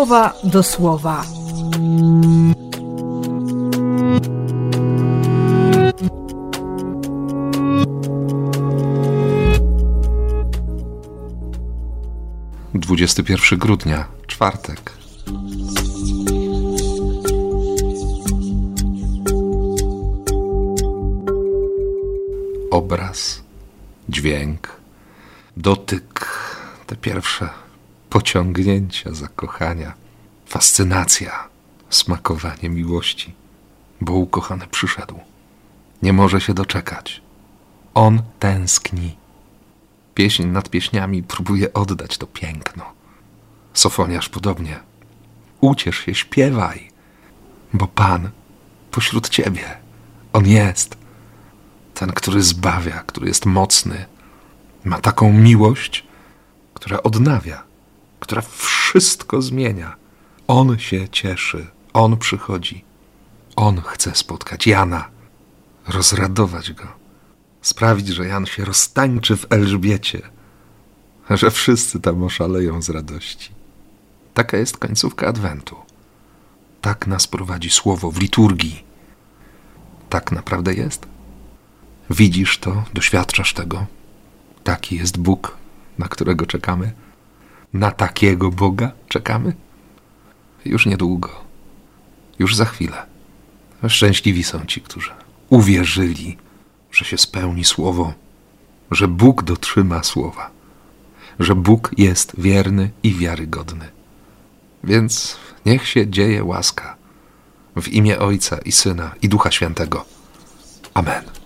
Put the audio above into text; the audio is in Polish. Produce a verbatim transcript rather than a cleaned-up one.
słowa do słowa. dwudziestego pierwszego grudnia, czwartek. Obraz, dźwięk, dotyk, te pierwsze pociągnięcia, zakochania, fascynacja, smakowanie miłości, bo ukochany przyszedł. Nie może się doczekać. On tęskni. Pieśń nad pieśniami próbuje oddać to piękno. Sofoniarz podobnie. Uciesz się, śpiewaj, bo Pan pośród ciebie. On jest. Ten, który zbawia, który jest mocny. Ma taką miłość, która odnawia, która wszystko zmienia. On się cieszy. On przychodzi. On chce spotkać Jana, rozradować go. Sprawić, że Jan się roztańczy w Elżbiecie, że wszyscy tam oszaleją z radości. Taka jest końcówka Adwentu. Tak nas prowadzi Słowo w liturgii. Tak naprawdę jest. Widzisz to, doświadczasz tego. Taki jest Bóg, na którego czekamy. Na takiego Boga czekamy. Już niedługo. Już za chwilę. Szczęśliwi są ci, którzy uwierzyli, że się spełni słowo, że Bóg dotrzyma słowa, że Bóg jest wierny i wiarygodny. Więc niech się dzieje łaska w imię Ojca i Syna i Ducha Świętego. Amen.